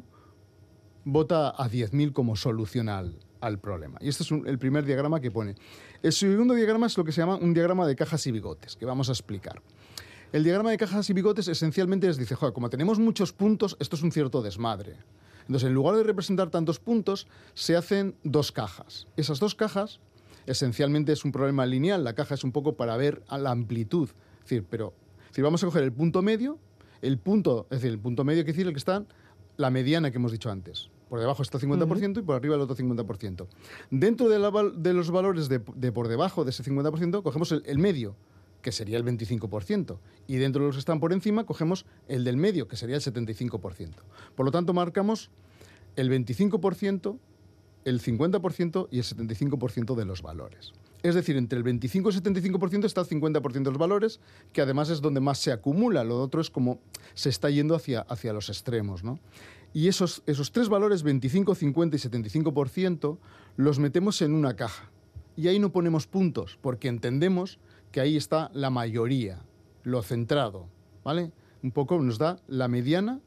vota a 10.000 como solución al problema. Y este es el primer diagrama que pone. El segundo diagrama es lo que se llama un diagrama de cajas y bigotes, que vamos a explicar. El diagrama de cajas y bigotes esencialmente les dice, joder, como tenemos muchos puntos, esto es un cierto desmadre. Entonces, en lugar de representar tantos puntos, se hacen 2 cajas. Esas 2 cajas, esencialmente es un problema lineal. La caja es un poco para ver a la amplitud. Es decir, vamos a coger el punto medio, el punto medio quiere decir el que está la mediana que hemos dicho antes. Por debajo está el 50% y por arriba el otro 50%. Dentro de los valores de por debajo de ese 50%, cogemos el medio, que sería el 25%. Y dentro de los que están por encima, cogemos el del medio, que sería el 75%. Por lo tanto, marcamos el 25%, el 50% y el 75% de los valores. Es decir, entre el 25 y el 75% está el 50% de los valores, que además es donde más se acumula. Lo otro es como se está yendo hacia los extremos, ¿no? Y esos 3 valores, 25, 50 y 75%, los metemos en una caja. Y ahí no ponemos puntos, porque entendemos que ahí está la mayoría, lo centrado, ¿vale? Un poco nos da la mediana,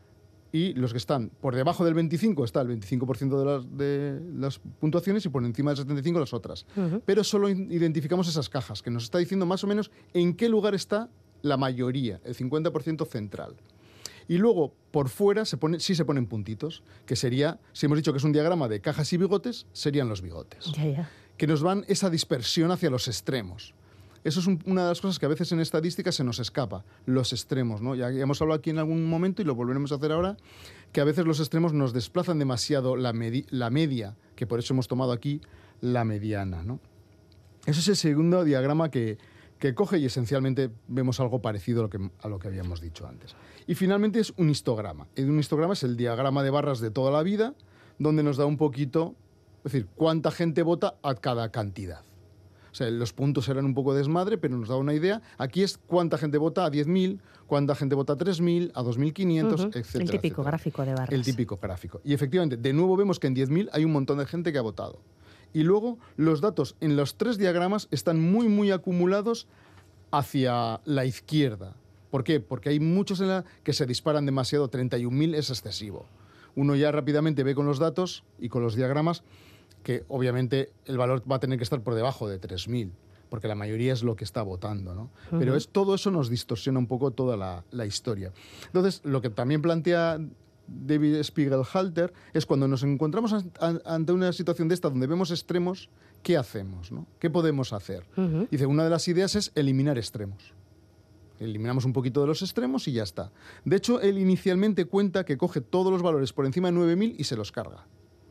y los que están por debajo del 25 está el 25% de las puntuaciones y por encima del 75 las otras. Pero solo identificamos esas cajas, que nos está diciendo más o menos en qué lugar está la mayoría, el 50% central. Y luego, por fuera, sí se ponen puntitos, que sería, si hemos dicho que es un diagrama de cajas y bigotes, serían los bigotes. Que nos van esa dispersión hacia los extremos. Eso es una de las cosas que a veces en estadística se nos escapa, los extremos, ¿no? Ya hemos hablado aquí en algún momento y lo volveremos a hacer ahora, que a veces los extremos nos desplazan demasiado la media, que por eso hemos tomado aquí la mediana, ¿no? Eso es el segundo diagrama que coge y esencialmente vemos algo parecido a lo que habíamos dicho antes. Y finalmente es un histograma. Un histograma es el diagrama de barras de toda la vida, donde nos da un poquito, es decir, cuánta gente vota a cada cantidad. O sea, los puntos eran un poco desmadre, pero nos da una idea. Aquí es cuánta gente vota a 10.000, cuánta gente vota a 3.000, a 2.500, etcétera. El típico gráfico de barras. El típico gráfico. Y efectivamente, de nuevo vemos que en 10.000 hay un montón de gente que ha votado. Y luego los datos en los 3 diagramas están muy, muy acumulados hacia la izquierda. ¿Por qué? Porque hay muchos que se disparan demasiado. 31.000 es excesivo. Uno ya rápidamente ve con los datos y con los diagramas que obviamente el valor va a tener que estar por debajo de 3.000, porque la mayoría es lo que está votando, ¿no? Pero todo eso nos distorsiona un poco toda la historia. Entonces, lo que también plantea David Spiegelhalter es cuando nos encontramos ante una situación de esta donde vemos extremos, ¿qué hacemos, no? ¿Qué podemos hacer? Dice, una de las ideas es eliminar extremos. Eliminamos un poquito de los extremos y ya está. De hecho, él inicialmente cuenta que coge todos los valores por encima de 9.000 y se los carga.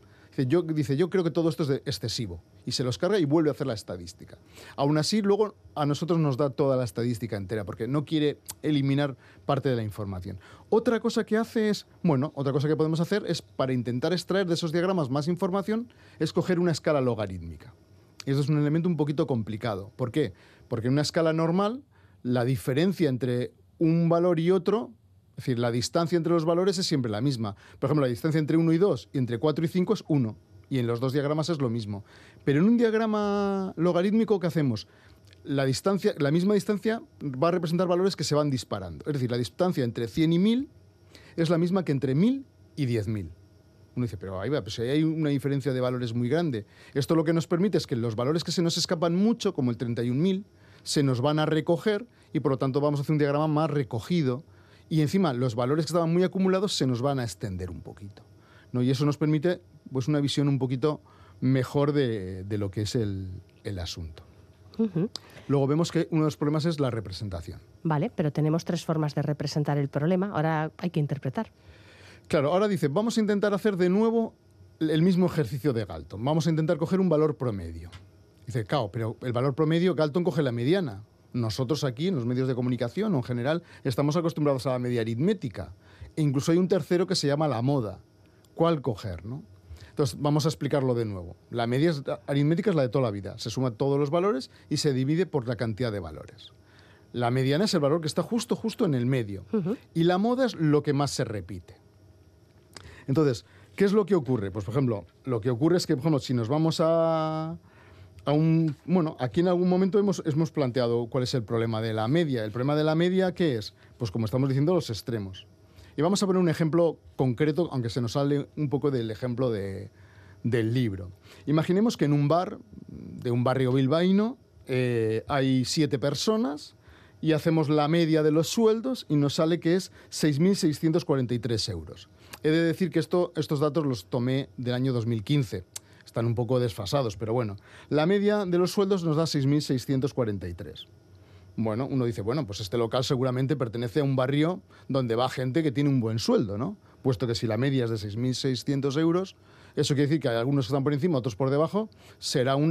Dice, yo creo que todo esto es excesivo. Y se los carga y vuelve a hacer la estadística. Aún así, luego a nosotros nos da toda la estadística entera, porque no quiere eliminar parte de la información. Otra cosa que hace es, otra cosa que podemos hacer es, para intentar extraer de esos diagramas más información, es coger una escala logarítmica. Y eso es un elemento un poquito complicado. ¿Por qué? Porque en una escala normal, la diferencia entre un valor y otro, es decir, la distancia entre los valores es siempre la misma. Por ejemplo, la distancia entre 1 y 2 y entre 4 y 5 es 1. Y en los 2 diagramas es lo mismo. Pero en un diagrama logarítmico, ¿qué hacemos? La misma distancia va a representar valores que se van disparando. Es decir, la distancia entre 100 y 1000 es la misma que entre 1000 y 10.000. Uno dice, pero ahí va, pues ahí hay una diferencia de valores muy grande. Esto lo que nos permite es que los valores que se nos escapan mucho, como el 31.000, se nos van a recoger y por lo tanto vamos a hacer un diagrama más recogido. Y encima, los valores que estaban muy acumulados se nos van a extender un poquito, ¿no? Y eso nos permite pues, una visión un poquito mejor de lo que es el asunto. Luego vemos que uno de los problemas es la representación. Vale, pero tenemos 3 formas de representar el problema. Ahora hay que interpretar. Claro, ahora dice, vamos a intentar hacer de nuevo el mismo ejercicio de Galton. Vamos a intentar coger un valor promedio. Dice, claro, pero el valor promedio, Galton coge la mediana. Nosotros aquí, en los medios de comunicación o en general, estamos acostumbrados a la media aritmética. E incluso hay un tercero que se llama la moda. ¿Cuál coger, no? Entonces, vamos a explicarlo de nuevo. La media aritmética es la de toda la vida. Se suma todos los valores y se divide por la cantidad de valores. La mediana es el valor que está justo en el medio. Y la moda es lo que más se repite. Entonces, ¿qué es lo que ocurre? Pues, por ejemplo, lo que ocurre es que, por ejemplo, si nos vamos a aquí en algún momento hemos planteado cuál es el problema de la media. ¿El problema de la media qué es? Pues como estamos diciendo, los extremos. Y vamos a poner un ejemplo concreto, aunque se nos sale un poco del ejemplo del libro. Imaginemos que en un bar de un barrio bilbaíno hay 7 personas y hacemos la media de los sueldos y nos sale que es 6.643 euros. He de decir que estos datos los tomé del año 2015. Están un poco desfasados, pero bueno. La media de los sueldos nos da 6.643. Bueno, uno dice, bueno, pues este local seguramente pertenece a un barrio donde va gente que tiene un buen sueldo, ¿no? Puesto que si la media es de 6.600 euros, eso quiere decir que hay algunos que están por encima, otros por debajo, será un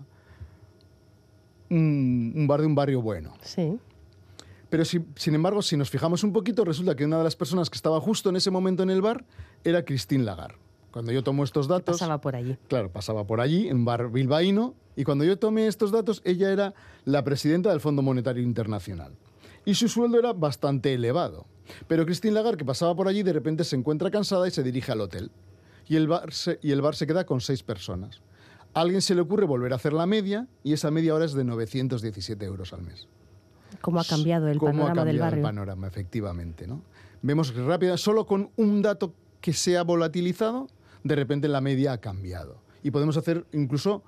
bar de un barrio bueno. Sí. Pero sin embargo, si nos fijamos un poquito, resulta que una de las personas que estaba justo en ese momento en el bar era Christine Lagarde. Cuando yo tomo estos datos... Pasaba por allí. Claro, pasaba por allí, en un bar bilbaíno, y cuando yo tomé estos datos, ella era la presidenta del Fondo Monetario Internacional. Y su sueldo era bastante elevado. Pero Christine Lagarde, que pasaba por allí, de repente se encuentra cansada y se dirige al hotel. Y el bar se queda con 6 personas. A alguien se le ocurre volver a hacer la media, y esa media ahora es de 917 euros al mes. ¿Cómo ha cambiado el panorama del barrio? El panorama, efectivamente, ¿no? Vemos que rápida, solo con un dato que se ha volatilizado, de repente la media ha cambiado. Y podemos hacer incluso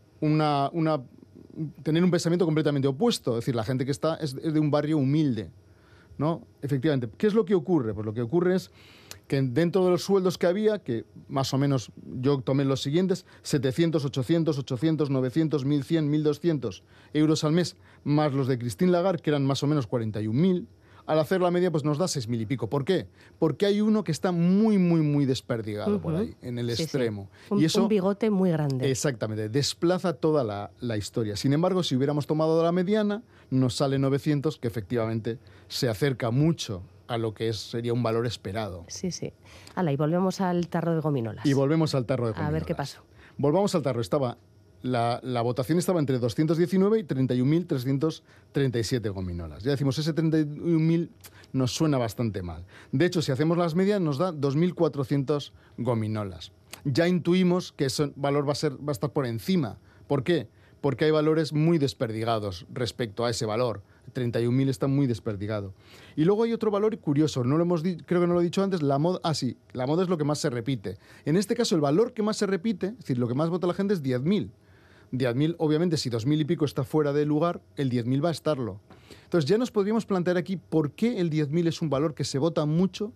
tener un pensamiento completamente opuesto. Es decir, la gente que está es de un barrio humilde, ¿no? Efectivamente. ¿Qué es lo que ocurre? Pues lo que ocurre es que dentro de los sueldos que había, que más o menos yo tomé los siguientes, 700, 800, 800, 900, 1.100, 1.200 euros al mes, más los de Christine Lagarde, que eran más o menos 41.000, al hacer la media pues nos da 6.000 y pico. ¿Por qué? Porque hay uno que está muy, muy, muy desperdigado por ahí, en el extremo. Sí. Y eso, un bigote muy grande. Exactamente, desplaza toda la historia. Sin embargo, si hubiéramos tomado la mediana, nos sale 900, que efectivamente se acerca mucho a lo que sería un valor esperado. Sí, sí. Hala, y volvemos al tarro de gominolas. Y volvemos al tarro de gominolas. A ver qué pasó. Volvamos al tarro. La votación estaba entre 219 y 31.337 gominolas. Ya decimos, ese 31.000 nos suena bastante mal. De hecho, si hacemos las medias, nos da 2.400 gominolas. Ya intuimos que ese valor va a estar por encima. ¿Por qué? Porque hay valores muy desperdigados respecto a ese valor. 31.000 está muy desperdigado. Y luego hay otro valor curioso, creo que no lo he dicho antes, la moda. Ah, sí, la moda es lo que más se repite. En este caso, el valor que más se repite, es decir, lo que más vota la gente es 10.000. 10.000, obviamente, si 2.000 y pico está fuera de lugar, el 10.000 va a estarlo. Entonces ya nos podríamos plantear aquí por qué el 10.000 es un valor que se vota mucho.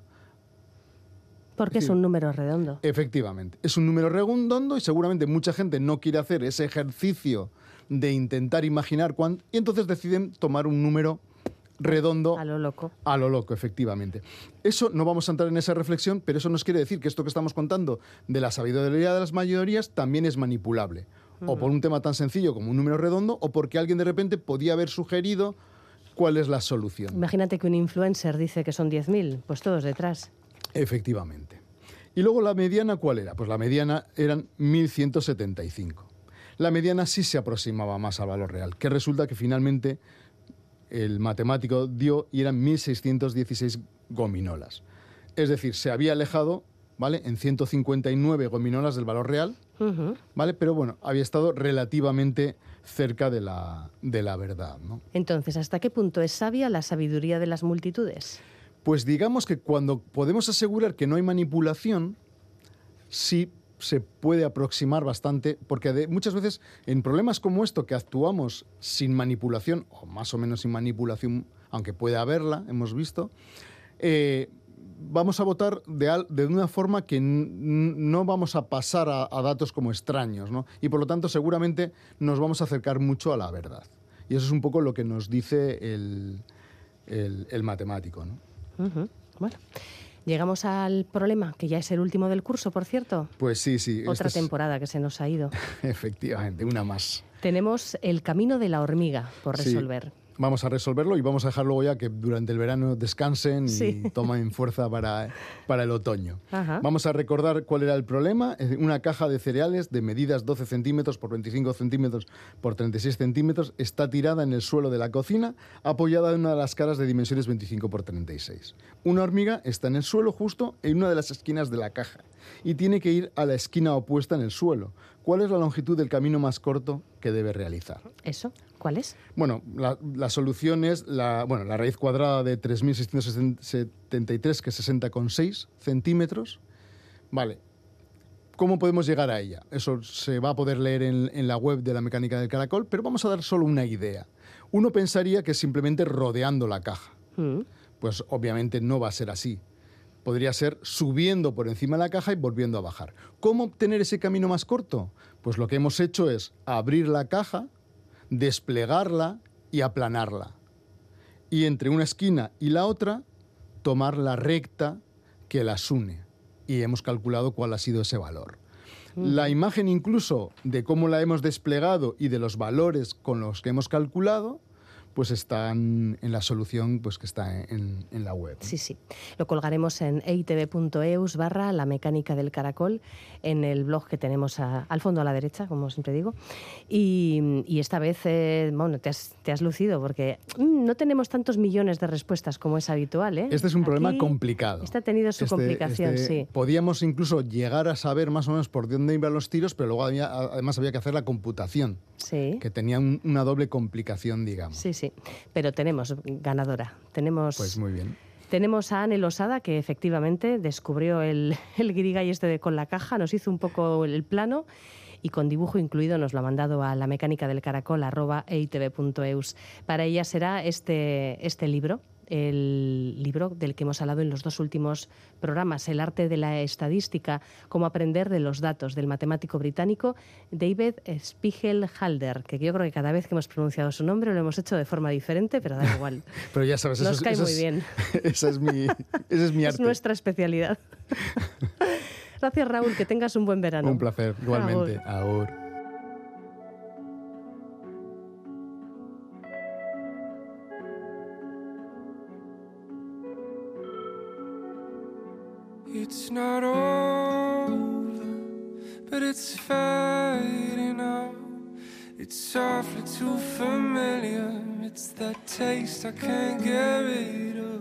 Porque es un número redondo. Efectivamente, es un número redondo y seguramente mucha gente no quiere hacer ese ejercicio de intentar imaginar cuánto, y entonces deciden tomar un número redondo. A lo loco. A lo loco, efectivamente. Eso, no vamos a entrar en esa reflexión, pero eso nos quiere decir que esto que estamos contando de la sabiduría de las mayorías también es manipulable. O por un tema tan sencillo como un número redondo, o porque alguien de repente podía haber sugerido cuál es la solución. Imagínate que un influencer dice que son 10.000, pues todos detrás. Efectivamente. Y luego la mediana, ¿cuál era? Pues la mediana eran 1.175. La mediana sí se aproximaba más al valor real, que resulta que finalmente el matemático dio y eran 1.616 gominolas. Es decir, se había alejado, ¿vale?, en 159 gominolas del valor real, ¿vale? Pero bueno, había estado relativamente cerca de la verdad, ¿no? Entonces, ¿hasta qué punto es sabia la sabiduría de las multitudes? Pues digamos que cuando podemos asegurar que no hay manipulación, sí se puede aproximar bastante, porque muchas veces en problemas como esto, que actuamos sin manipulación, o más o menos sin manipulación, aunque puede haberla, hemos visto, vamos a votar de una forma que no vamos a pasar a datos como extraños, ¿no? Y por lo tanto seguramente nos vamos a acercar mucho a la verdad. Y eso es un poco lo que nos dice el matemático, ¿no? Bueno, llegamos al problema, que ya es el último del curso, por cierto. Pues sí, sí. Otra temporada que se nos ha ido. Efectivamente, una más. Tenemos el camino de la hormiga por resolver. Sí. vamos a resolverlo y vamos a dejar luego ya que durante el verano descansen y tomen fuerza para el otoño. Ajá. Vamos a recordar cuál era el problema. Una caja de cereales de medidas 12 centímetros por 25 centímetros por 36 centímetros está tirada en el suelo de la cocina, apoyada en una de las caras de dimensiones 25 por 36. Una hormiga está en el suelo justo en una de las esquinas de la caja y tiene que ir a la esquina opuesta en el suelo. ¿Cuál es la longitud del camino más corto que debe realizar? ¿Eso? ¿Cuál es? Bueno, la solución es la raíz cuadrada de 3.673, que es 60,6 centímetros. Vale. ¿Cómo podemos llegar a ella? Eso se va a poder leer en la web de la Mecánica del Caracol, pero vamos a dar solo una idea. Uno pensaría que es simplemente rodeando la caja. Pues obviamente no va a ser así. Podría ser subiendo por encima de la caja y volviendo a bajar. ¿Cómo obtener ese camino más corto? Pues lo que hemos hecho es abrir la caja, desplegarla y aplanarla. Y entre una esquina y la otra, tomar la recta que las une. Y hemos calculado cuál ha sido ese valor. La imagen incluso de cómo la hemos desplegado y de los valores con los que hemos calculado, pues están en la solución pues que está en la web. Sí. Lo colgaremos en eitv.eus/la mecánica del caracol, en el blog que tenemos al fondo a la derecha, como siempre digo. Y esta vez, te has lucido, porque no tenemos tantos millones de respuestas como es habitual, ¿eh? Este es un problema Aquí complicado. Este ha tenido su complicación, sí. Podíamos incluso llegar a saber más o menos por dónde iban los tiros, pero luego además había que hacer la computación, que tenía una doble complicación, digamos. Sí. Pero tenemos ganadora. Pues muy bien. Tenemos a Anne Losada, que efectivamente descubrió el guirigay con la caja, nos hizo un poco el plano y con dibujo incluido nos lo ha mandado a la mecánica del caracol @eitv.eus. Para ella será este libro, el libro del que hemos hablado en los 2 últimos programas, El arte de la estadística, cómo aprender de los datos, del matemático británico David Spiegelhalter, que yo creo que cada vez que hemos pronunciado su nombre lo hemos hecho de forma diferente, pero da igual. Pero ya sabes, nos cae muy bien. Ese es mi arte. Es nuestra especialidad. Gracias, Raúl, que tengas un buen verano. Un placer, igualmente. Agur. It's not over, but it's fading out. It's softly too familiar. It's that taste I can't get rid of.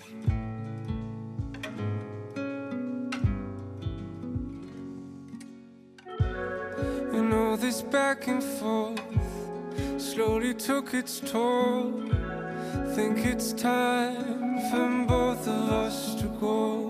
And all this back and forth slowly took its toll. Think it's time for both of us to go.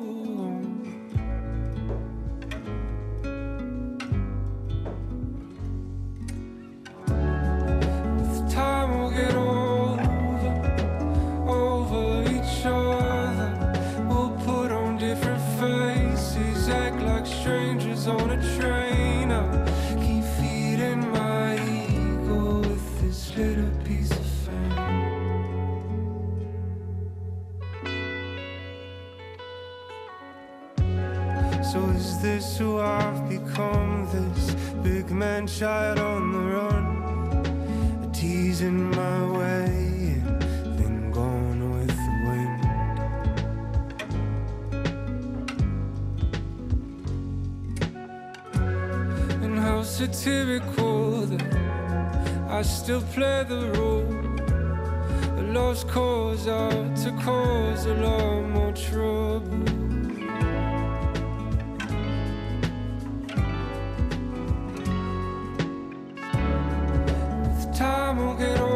On a train, I keep feeding my ego with this little piece of fame. So is this who I've become? This big man child on the run, teasing my way and then gone with the wind. Satirical that I still play the role. A lost cause out to cause a lot more trouble. With time we'll get